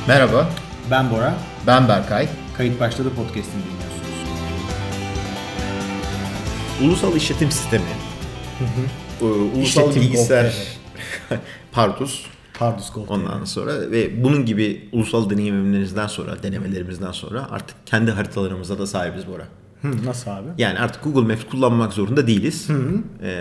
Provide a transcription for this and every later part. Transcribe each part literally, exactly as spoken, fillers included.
Merhaba, Ben Bora. ben Berkay. Kayıt başladı podcast'ini dinliyorsunuz. Ulusal İşletim Sistemi, e, Ulusal İşletim Bilgisayar, Pardus, Pardus Gold. ondan sonra ve bunun gibi ulusal deneyimlerimizden sonra, denemelerimizden sonra artık kendi haritalarımıza da sahibiz Bora. Hı, nasıl abi? Yani artık Google Maps kullanmak zorunda değiliz. Hı hı. Ee,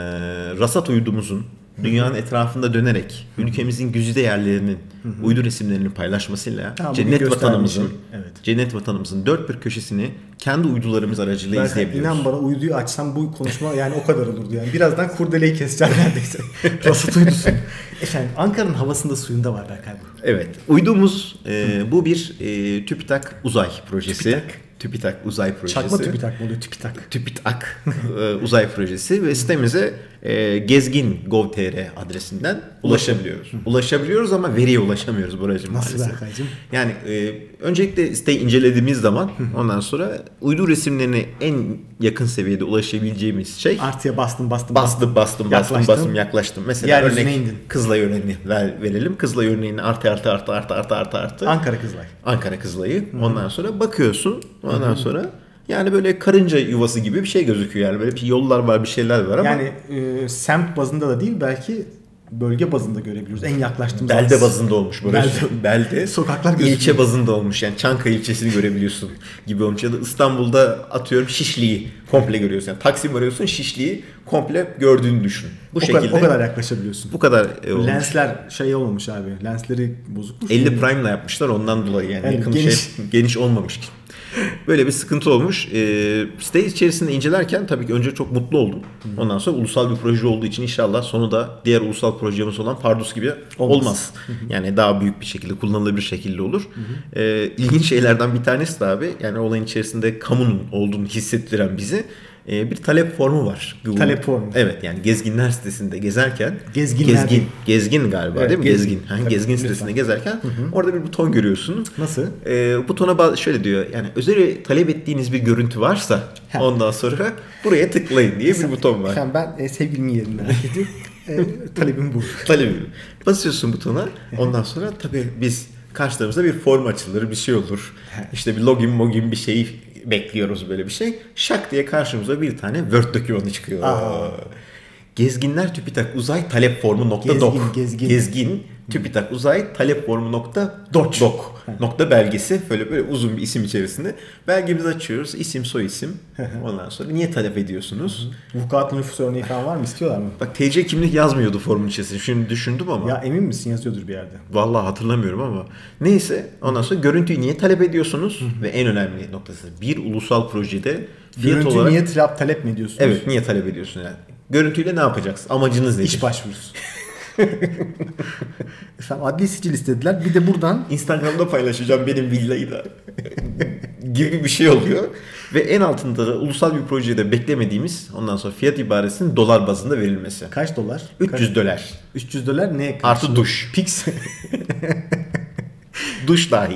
Rasat uydumuzun dünyanın etrafında dönerek ülkemizin güzide yerlerinin uydu resimlerini paylaşmasıyla Ha, bugün cennet göstermişim. vatanımızın Evet. cennet vatanımızın dört bir köşesini kendi uydularımız aracılığıyla Berkay, izleyebiliyoruz. inan bana uyduyu açsam bu konuşma yani o kadar olurdu yani. Birazdan kurdeleyi keseceğim neredeyse. Rasat uydusu. Efendim Ankara'nın havasında suyunda var Berkay bu. Evet. Uydumuz e, bu bir e, TÜBİTAK uzay projesi. TÜBİTAK. TÜBİTAK uzay projesi. Çakma TÜBİTAK mı oluyor? TÜBİTAK. TÜBİTAK e, uzay projesi ve sitemize e, gezgin nokta gov nokta tr adresinden ulaşabiliyoruz. Ulaşabiliyoruz ama veriye ulaşamıyoruz Boracığım Nasıl maalesef. Berkay'cığım? Yani e, öncelikle siteyi incelediğimiz zaman ondan sonra uydu resimlerine en yakın seviyede ulaşabileceğimiz şey Artıya bastım bastım bastım bastım bastım Yaklaştım. bastım yaklaştım. Mesela Yeryüzüne örnek indin. Kızılay örneğini ver, verelim. Kızılay örneğini artı artı artı artı artı artı artı. Ankara Kızılay. Ankara Kızılay'ı. Ondan sonra bakıyorsun. Ondan sonra yani böyle karınca yuvası gibi bir şey gözüküyor yani. Böyle bir yollar var, bir şeyler var ama Yani e, semt bazında da değil belki bölge bazında görebiliyoruz. En yaklaştığımız belde az- bazında olmuş burası. Belde. Belde. Sokaklar gözüküyor. İlçe bazında olmuş. Yani Çankaya ilçesini görebiliyorsun gibi olmuş. Ya da İstanbul'da atıyorum Şişli'yi komple görüyorsun. Yani Taksim arıyorsun, Şişli'yi komple gördüğünü düşün. Bu o, şekilde. kadar, o kadar yaklaşabiliyorsun. Bu kadar e, olmuş. Lensler şey olmamış abi. Lensleri bozukmuş. elli Prime'la yapmışlar ondan dolayı yani, Yani yakın geniş. şey geniş olmamış ki. Böyle bir sıkıntı olmuş. Ee, site içerisinde incelerken tabii ki önce çok mutlu oldum. Ondan sonra ulusal bir proje olduğu için inşallah sonu da diğer ulusal projemiz olan Pardus gibi olmaz. Olmaz. Yani daha büyük bir şekilde, kullanılabilir şekilde olur. Ee, ilginç şeylerden bir tanesi de abi, yani olayın içerisinde kamunun olduğunu hissettiren bizi e, bir talep formu var. Google. Talep formu. Evet, yani gezginler sitesinde gezerken Gezginler gezgin değil. gezgin galiba Evet, değil mi? gezgin. Gezgin. Ha, Tabii, gezgin lütfen. sitesinde gezerken orada bir buton görüyorsun. Nasıl? E, butona ba- şöyle diyor, yani özel talep ettiğiniz bir görüntü varsa Ha. ondan sonra buraya tıklayın diye bir buton var. Efendim ben e, sevgilimin yerini merak ediyorum. e, talebim bu. Talebim. Basıyorsun butona. Ondan sonra tabii biz karşılarımızda bir form açılır, bir şey olur. İşte bir login mogin bir şey bekliyoruz, böyle bir şey. Şak diye karşımıza bir tane Word dokümanı çıkıyor. Aa. Gezginler TÜBİTAK uzay talep formu nokta Gezgin, doc. gezgin. Gezgin TÜBİTAK uzay talep formu nokta Doc. doc. Nokta belgesi, böyle böyle uzun bir isim içerisinde. Belgemizi açıyoruz. İsim, soy isim. Ondan sonra niye talep ediyorsunuz? Vukuat nüfus örneği falan var mı? İstiyorlar mı? Bak, T C kimlik yazmıyordu formun içerisinde. Şimdi düşündüm ama. Ya emin misin? Yazıyordur bir yerde. Vallahi hatırlamıyorum ama. Neyse, ondan sonra görüntüyü niye talep ediyorsunuz? Ve en önemli noktası, bir ulusal projede fiyat Görüntü olarak... niye talep, talep mi ediyorsunuz? Evet, niye talep ediyorsun yani? Görüntüyle ne yapacaksın? Amacınız nedir? İş başvurusu. Efendim adli sicil istediler. Bir de buradan Instagram'da paylaşacağım benim villayı da gibi bir şey oluyor. Ve en altında da ulusal bir projede beklemediğimiz, ondan sonra fiyat ibaresinin dolar bazında verilmesi. kaç dolar? üç yüz Kaç? dolar. üç yüz dolar ne? Artı duş. Pix. Duş dahil.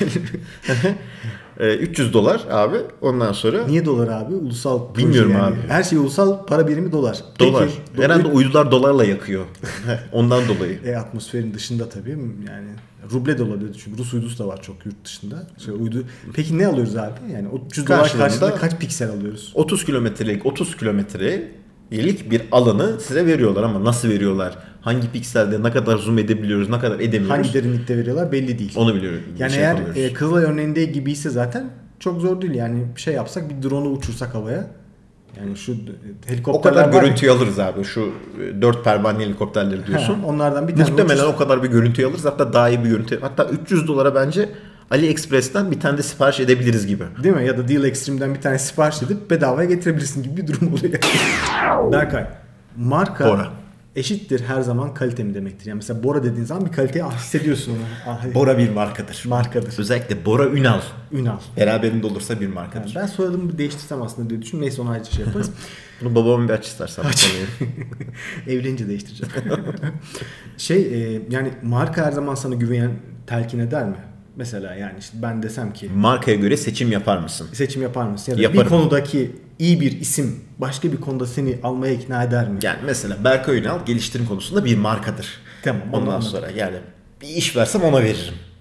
Ee, üç yüz dolar abi. Ondan sonra Niye dolar abi? Ulusal proje Bilmiyorum yani. abi. Her şey ulusal para birimi dolar. dolar. Peki, Herhalde uydular dolarla yakıyor. Ondan dolayı. E atmosferin dışında tabii yani ruble de olabilir çünkü Rus uydusu da var çok yurt dışında. Şey, uydu. Peki ne alıyoruz abi? Yani o üç yüz dolar Karşılığında karşılığında kaç piksel alıyoruz? otuz kilometrelik otuz kilometrelik bir alanı size veriyorlar ama nasıl veriyorlar? Hangi pikselde ne kadar zoom edebiliyoruz, ne kadar edemiyoruz? Hangi derinlikte veriyorlar belli değil. Onu biliyorum. Yani şey eğer yapamıyoruz. e, Kızılay örneğinde gibiyse zaten çok zor değil. Yani bir şey yapsak bir drone'u uçursak havaya. Yani şu helikopterler o kadar var ya, görüntüyü alırız abi. Şu dört pervaneli helikopterleri diyorsun. he, onlardan bir tane Muhtemelen uçursak- o kadar bir görüntüyü alırız. Hatta daha iyi bir görüntü. Hatta üç yüz dolara bence AliExpress'ten bir tane de sipariş edebiliriz gibi. Değil mi? Ya da Deal Extreme'den bir tane sipariş edip bedavaya getirebilirsin gibi bir durum oluyor. Berkay, marka Bora. eşittir her zaman kalite mi demektir? Yani mesela Bora dediğin zaman bir kaliteyi hissediyorsun onu. Ah, Bora bir markadır. markadır. Özellikle Bora Ünal. Ünal. Beraberinde olursa bir markadır. Yani ben soyadımı bir değiştirsem aslında diye düşün. Neyse onu ayrıca şey yaparız. Bunu babamın bir aç istersen. Evlenince değiştireceğim. şey e, yani marka her zaman sana güvenen telkin eder mi? Mesela yani işte ben desem ki Markaya göre seçim yapar mısın? seçim yapar mısın? Ya da Yaparım. bir konudaki iyi bir isim başka bir konuda seni almaya ikna eder mi? Yani mesela Berkay Ünal geliştirim konusunda bir markadır. Tamam, onu Ondan anladım. sonra yani bir iş versem ona veririm.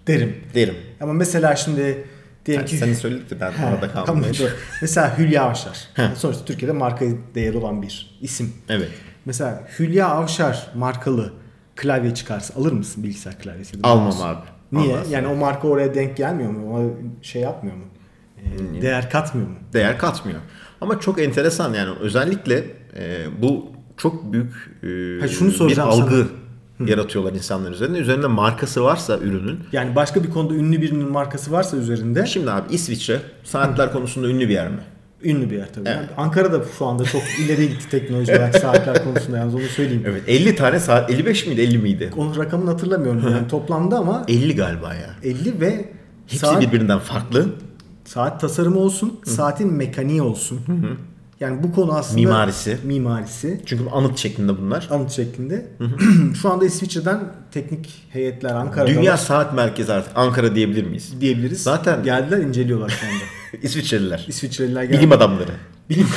derim. Derim. Ama mesela şimdi diyelim Yani ki... seni söyledik de ben Ha, orada kaldım. tamam, doğru. Mesela Hülya Avşar. Sonuçta Türkiye'de marka değeri olan bir isim. Evet. Mesela Hülya Avşar markalı klavye çıkarsa alır mısın bilgisayar klavyesi? Almam abi. Niye? Olmaz. Yani o marka oraya denk gelmiyor mu? Ona şey yapmıyor mu? Ee, değer katmıyor mu? Değer katmıyor. Ama çok enteresan yani özellikle e, bu çok büyük e, Ha, şunu bir soracağım algı yaratıyorlar insanların üzerinde. Üzerinde markası varsa ürünün. Yani başka bir konuda ünlü birinin markası varsa üzerinde Şimdi abi İsviçre saatler konusunda ünlü bir yer mi? ünlü bir yer tabii. Evet. Yani Ankara'da şu anda çok ileri gitti teknoloji olarak saatler konusunda, yalnız onu söyleyeyim. Evet. elli tane saat, elli beş miydi, elli miydi? Onun rakamını hatırlamıyorum yani toplamda ama elli galiba ya. elli ve Hepsi saat, birbirinden farklı. saat tasarımı olsun, saatin mekaniği olsun. Yani bu konu aslında Mimarisi. mimarisi Çünkü anıt şeklinde bunlar. anıt şeklinde. Şu anda İsviçre'den teknik heyetler Ankara'da Dünya var Saat Merkezi artık Ankara diyebilir miyiz? diyebiliriz. Zaten- geldiler, inceliyorlar şu anda. İsviçreliler. İsviçreliler geldi. Bilim adamları. Bilim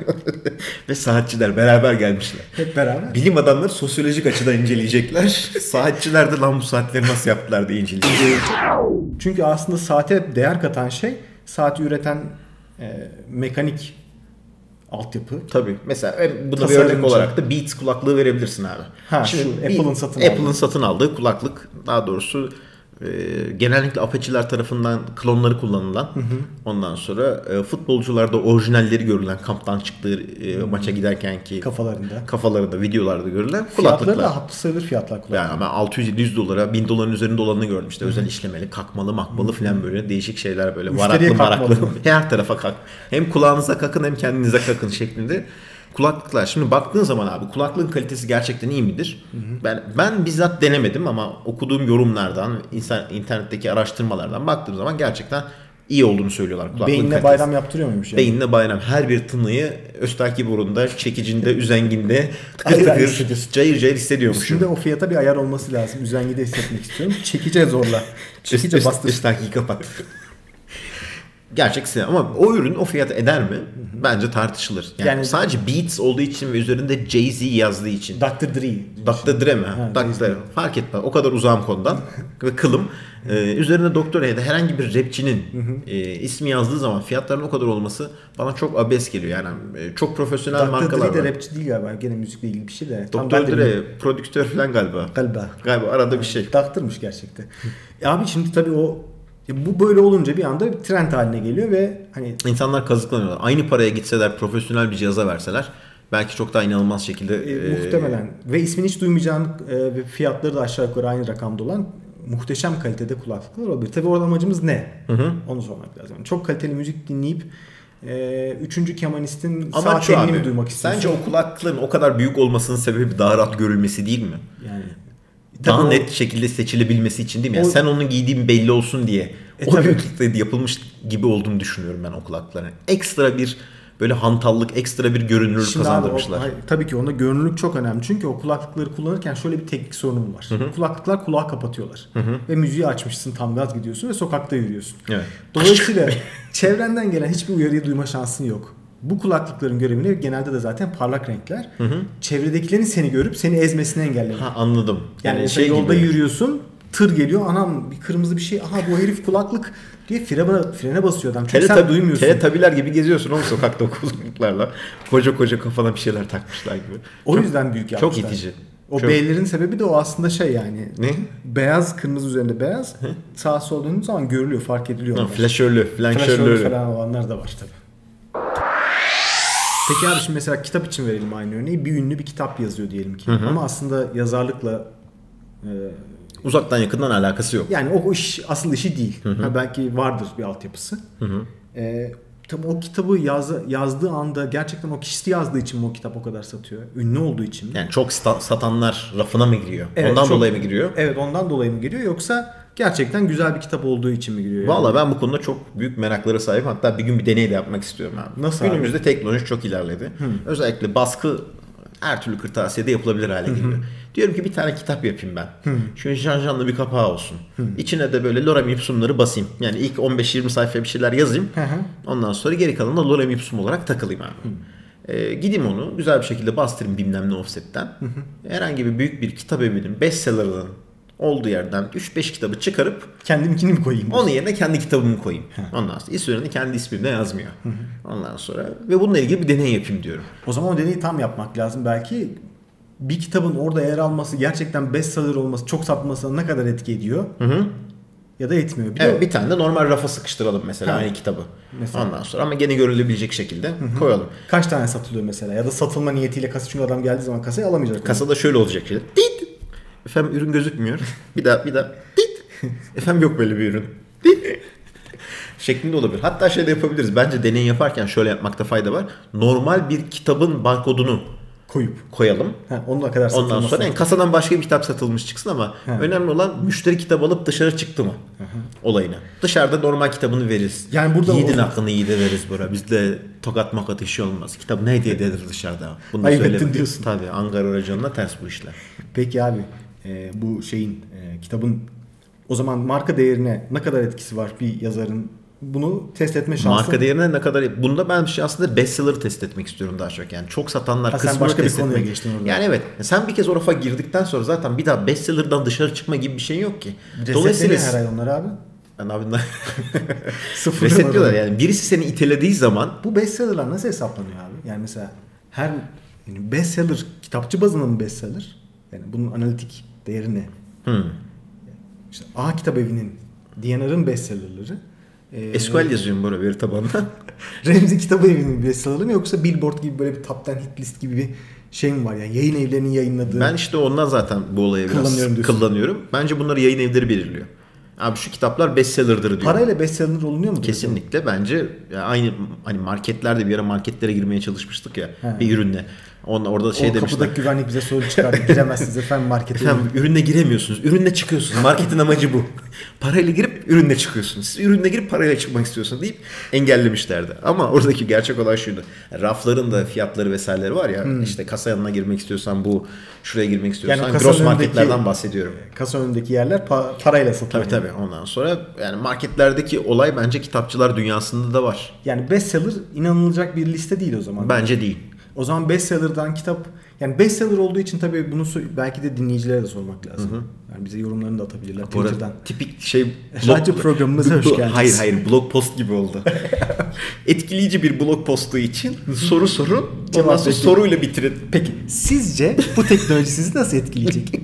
Ve saatçiler beraber gelmişler. hep beraber. Bilim adamları sosyolojik açıdan inceleyecekler. Saatçiler de lan bu saatleri nasıl yaptılar diye inceleyecek. Çünkü aslında saate değer katan şey saati üreten e, mekanik altyapı. Tabii. Mesela e, buna bir Tasarımcı. örnek olarak da Beats kulaklığı verebilirsin abi. Ha, şu bir- Apple'ın satın Apple'ın aldığı. satın aldığı kulaklık, daha doğrusu e, genellikle Apache'ler tarafından klonları kullanılan, ondan sonra e, futbolcularda orijinalleri görülen, kamptan çıktığı e, maça giderken ki Kafalarında. kafalarında, videolarda görülen Fiyatları kulaklıklar. da hatırı sayılır fiyatlar kullanıyor. Yani ben altı yüz yedi yüz dolara, bin doların üzerinde olanını gördüm işte. Özel işlemeli, kakmalı, makmalı falan böyle değişik şeyler böyle. Müşteriye Varaklı maraklı. kakmalı. Her tarafa kalk. Hem kulağınıza kakın hem kendinize kakın şeklinde kulaklıklar. Şimdi baktığın zaman abi kulaklığın kalitesi gerçekten iyi midir? Ben ben bizzat denemedim ama okuduğum yorumlardan, insan, internetteki araştırmalardan baktığım zaman gerçekten iyi olduğunu söylüyorlar kulaklığın Beyinle kalitesi. bayram yaptırıyor muymuş yani? Beyinle bayram. Her bir tınıyı Östaki burunda, çekicinde, üzenginde tıkır Aynen, tıkır hissediyorsun. cayır cayır hissediyormuşum. Üstünde o fiyata bir ayar olması lazım. Üzengide hissetmek istiyorum. Çekice zorla. Çekice Üst, bastır. üst, üst kapat. Gerçek sinema ama o ürün o fiyata eder mi? Bence tartışılır. Yani, Yani- sadece Beats olduğu için ve üzerinde Jay-Z yazdığı için. doktor Dre. doktor Dre mi? Ha, doktor Dre. Fark etmez. O kadar uzağım konudan. Ve kılım. Ee, üzerine doktor ya da herhangi bir rapçinin e, ismi yazdığı zaman fiyatların o kadar olması bana çok abes geliyor. Yani e, çok profesyonel doktor markalar Dre de var. rapçi değil galiba. Gene müzikle ilgili bir şey de. Tam ben doktor de bilmiyorum. Dre prodüktör falan galiba. Galiba. Galiba arada bir şey. Doktormuş gerçekten. E abi şimdi tabii o ya bu böyle olunca bir anda bir trend haline geliyor ve hani İnsanlar kazıklanıyorlar. Aynı paraya gitseler, profesyonel bir cihaza verseler belki çok daha inanılmaz şekilde e, e, muhtemelen ve ismini hiç duymayacağın e, ve fiyatları da aşağı yukarı aynı rakamda olan muhteşem kalitede kulaklıklar olabilir. Tabii orada amacımız ne? hı. Onu sormak lazım. Yani çok kaliteli müzik dinleyip e, üçüncü kemanistin Ama sağ şu telini abi, mi duymak istiyorsun? sence o kulaklığın o kadar büyük olmasının sebebi daha rahat görülmesi değil mi? yani Daha tabii o- net şekilde seçilebilmesi için değil mi? Yani O- sen onun giydiğin belli olsun diye E, o tabii. büyüklükte yapılmış gibi olduğunu düşünüyorum ben o kulaklıkların. Ekstra bir böyle hantallık, ekstra bir görünürlük Şimdi abi o- kazandırmışlar. hayır, tabii ki onda görünürlük çok önemli. Çünkü o kulaklıkları kullanırken şöyle bir teknik sorunum var. Kulaklıklar kulağı kapatıyorlar. Ve müziği açmışsın, tam gaz gidiyorsun ve sokakta yürüyorsun. Evet. Dolayısıyla çevrenden gelen hiçbir uyarıyı duyma şansın yok. Bu kulaklıkların görevini genelde de zaten parlak renkler. Çevredekilerin seni görüp seni ezmesini engellemek. Ha, anladım. Yani, mesela şey yolda gibi. yürüyorsun, tır geliyor, anam bir kırmızı bir şey, aha bu herif kulaklık diye frene, frene basıyor adam. Çünkü sen Teletabi- duymuyorsun. Teletabiler gibi geziyorsun oğlum sokakta o kulaklıklarla. Koca koca kafana bir şeyler takmışlar gibi. O Çok- yüzden büyük Çok yapmışlar. itici. O Çok- B'lerin sebebi de o aslında şey yani. Ne? Beyaz, kırmızı üzerinde beyaz. Sağa sola döndüğün zaman görülüyor, fark ediliyor. Ha, onlar. flaşörlü, Flaşörlü flaşörlü. falan olanlar da var tabii. Peki abi şimdi mesela kitap için verelim aynı örneği. Bir ünlü bir kitap yazıyor diyelim ki. Ama aslında yazarlıkla e, Uzaktan yakından alakası yok. yani o, o iş asıl işi değil. Ha, belki vardır bir altyapısı. E, tabii o kitabı yaz, yazdığı anda gerçekten o kişisi yazdığı için mi o kitap o kadar satıyor? Ünlü olduğu için mi? Yani çok sta- satanlar rafına mı giriyor? Evet, Ondan çok- dolayı mı giriyor? Evet, ondan dolayı mı giriyor yoksa gerçekten güzel bir kitap olduğu için mi giriyor? yani? Valla ben bu konuda çok büyük meraklara sahibim. Hatta bir gün bir deney de yapmak istiyorum abi. Nasıl abi? Günümüzde teknoloji çok ilerledi. Özellikle baskı her türlü kırtasiyede yapılabilir hale geliyor. Diyorum ki bir tane kitap yapayım ben. Şöyle janjanlı bir kapağı olsun. İçine de böyle lorem ipsumları basayım. Yani ilk on beş yirmi sayfa bir şeyler yazayım. Hı hı. Ondan sonra geri kalanında lorem ipsum olarak takılayım abi. Ee, gideyim onu güzel bir şekilde bastırayım bilmem ne offset'ten. Herhangi bir büyük bir kitap evinin bestseller'ının olduğu yerden üç beş kitabı çıkarıp Kendimkini mi koyayım? onun yerine kendi kitabımı koyayım. Ondan sonra isimlerini kendi ismimle yazmıyor. Ondan sonra ve bununla ilgili bir deney yapayım diyorum. O zaman o deneyi tam yapmak lazım. Belki bir kitabın orada yer alması, gerçekten bestseller olması, çok satmasına ne kadar etki ediyor? Hı hı. Ya da etmiyor. Bir Evet, de bir tane de normal rafa sıkıştıralım mesela Ha. aynı kitabı. Mesela. Ondan sonra ama gene görülebilecek şekilde koyalım. kaç tane satılıyor mesela? Ya da satılma niyetiyle kasa, çünkü adam geldiği zaman kasaya alamayacak. onu. Kasada şöyle olacak işte. Tit. Efendim ürün gözükmüyor. Bir daha bir daha. Tit. Efendim yok böyle bir ürün. Tit. Şeklinde olabilir. Hatta şey de yapabiliriz. Bence deney yaparken şöyle yapmakta fayda var. Normal bir kitabın barkodunu Koyup. koyalım. Ha, onunla kadar satılması. Ondan sonra yani kasadan başka bir kitap satılmış çıksın ama Ha. önemli olan müşteri kitap alıp dışarı çıktı mı olayına. Dışarıda normal kitabını veririz. Yani burada yiğidin o- hakkını yiğide veririz bura. Bizde tokat makat işi olmaz. Kitap ne hediye edilir dışarıda? Bunu da Ayıp söyle- ettin diyorsun. Tabii Ankara raconuna ters bu işler. Peki abi e, bu şeyin e, kitabın o zaman marka değerine ne kadar etkisi var bir yazarın? Bunu test etme şansı. Marka değerine ne kadar... Bunda ben bir şey aslında bestseller'ı test etmek istiyorum daha çok. Yani çok satanlar Ha, sen kısmını başka bir test konuya etmek. geçtin orada. Yani evet. Sen bir kez o rafa girdikten sonra zaten bir daha bestseller'dan dışarı çıkma gibi bir şey yok ki. Dolayısıyla her ay onlar abi. Ben abimden Sıfır resetliyorlar numara. yani. Birisi seni itelediği zaman Bu bestseller'lar nasıl hesaplanıyor abi? Yani mesela her yani bestseller kitapçı bazında mı bestseller? Yani bunun analitik değeri ne? hmm, İşte A Kitap Evi'nin D and R'ın bestsellerları. E, S Q L yazıyorum böyle veri tabanına. Remzi Kitap Evi'nin bestsellerları mı, yoksa Billboard gibi böyle bir top on hit list gibi bir şey mi var? Yani yayın evlerinin yayınladığı. Ben işte ondan zaten bu olaya biraz Kullanıyorum diyorsun. kullanıyorum. Bence bunları yayın evleri belirliyor. Abi şu kitaplar bestseller'dır diyor. Parayla bestseller olunuyor mu? Kesinlikle bence ya aynı hani marketlerde bir ara marketlere girmeye çalışmıştık ya He. bir ürünle. On, orada şey o demişler. kapıdaki güvenlik bize soru çıkardı. Giremezsiniz efendim markete. Efendim ürünle giremiyorsunuz. Ürünle çıkıyorsunuz. Marketin amacı bu. Parayla girip ürünle çıkıyorsunuz. Siz ürünle girip parayla çıkmak istiyorsunuz deyip engellemişlerdi. Ama oradaki gerçek olay şuydu. Rafların da fiyatları vesaireleri var ya. Hmm. İşte kasa yanına girmek istiyorsan bu, şuraya girmek istiyorsan Yani kasanın gross marketlerden önündeki- bahsediyorum. Kasa önündeki yerler pa- parayla satılıyor. Tabii tabii. Ondan sonra yani marketlerdeki olay bence kitapçılar dünyasında da var. Yani bestseller inanılacak bir liste değil o zaman. Bence değil. O zaman bestseller'dan kitap, yani bestseller olduğu için tabii bunu so- belki de dinleyicilere de sormak lazım. Yani bize yorumlarını da atabilirler Bu arada Twitter'dan. tipik şey Radyo programımıza hoş bu- geldiniz. Hayır hayır blog post gibi oldu. Etkileyici bir blog postu için soru sorun. Ondan Cevap sonra bekleyin. soruyla bitirin. Peki sizce bu teknoloji sizi nasıl etkileyecek?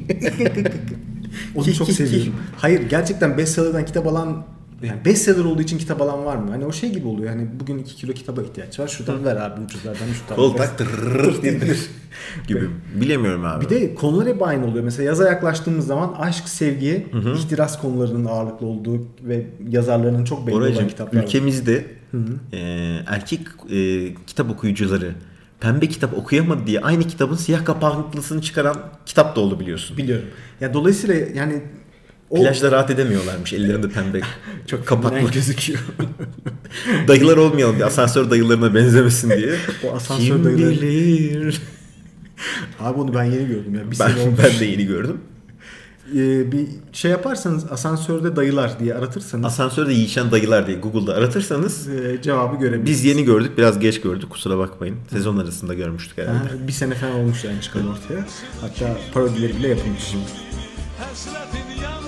Onu çok seviyorum. Hayır, gerçekten bestseller'dan kitap alan, yani bestseller olduğu için kitap alan var mı? Hani o şey gibi oluyor. Hani bugün iki kilo kitaba ihtiyaç var. Şuradan ver abi ucuzlardan üç tane. Kol tak tırrrr diye gibi. Bilemiyorum abi. Bir de konular hep aynı oluyor. Mesela yaza yaklaştığımız zaman aşk, sevgi, ihtiras konularının ağırlıklı olduğu ve yazarlarının çok belli olan Oracığım kitaplar var. ülkemizde e, erkek e, kitap okuyucuları pembe kitap okuyamadı diye aynı kitabın siyah kapaklısını çıkaran kitap da oldu biliyorsun. Biliyorum. Ya dolayısıyla yani o Plajda rahat edemiyorlarmış ellerinde pembe çok kapaklı. kapaklı gözüküyor. Dayılar olmayalım diye asansör dayılarına benzemesin diye. O asansör Kim dayıları- bilir? Abi onu ben yeni gördüm ya. Bir Ben, sene olmuş. ben de yeni gördüm. Ee, bir şey yaparsanız asansörde dayılar diye aratırsanız Asansörde yiyişen dayılar diye Google'da aratırsanız e, cevabı görebilirsiniz. biz yeni gördük, biraz geç gördük, kusura bakmayın. Sezon arasında görmüştük herhalde. Ha, bir sene falan olmuş yani çıkan ortaya. Hatta parodileri bile yapılmış. Hasretin yan